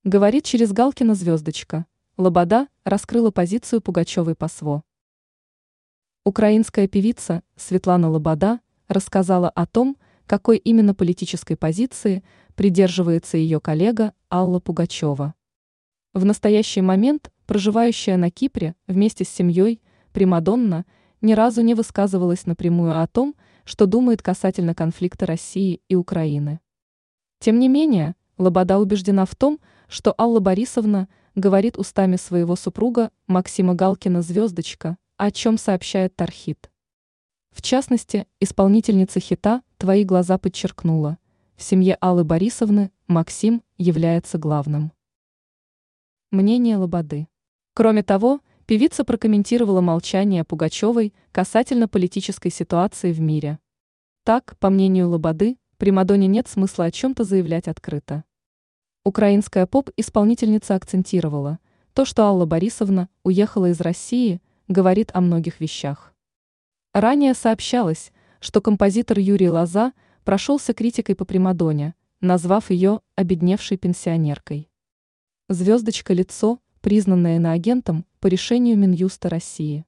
говорит через Галкина звездочка. Лобода раскрыла позицию Пугачевой по СВО. Украинская певица Светлана Лобода рассказала о том, какой именно политической позиции придерживается ее коллега Алла Пугачева. В настоящий момент проживающая на Кипре вместе с семьей примадонна ни разу не высказывалась напрямую о том, что думает касательно конфликта России и Украины. Тем не менее, Лобода убеждена в том, что Алла Борисовна говорит устами своего супруга Максима Галкина звездочка, о чем сообщает Тархит. В частности, исполнительница хита «Твои глаза» подчеркнула: в семье Аллы Борисовны Максим является главным. Мнение Лободы. Кроме того, певица прокомментировала молчание Пугачевой касательно политической ситуации в мире. Так, по мнению Лободы, примадонне нет смысла о чем-то заявлять открыто. Украинская поп-исполнительница акцентировала: то, что Алла Борисовна уехала из России, говорит о многих вещах. Ранее сообщалось, что композитор Юрий Лоза прошелся критикой по примадонне, назвав ее обедневшей пенсионеркой. Звездочка – лицо, признанное иноагентом по решению Минюста России.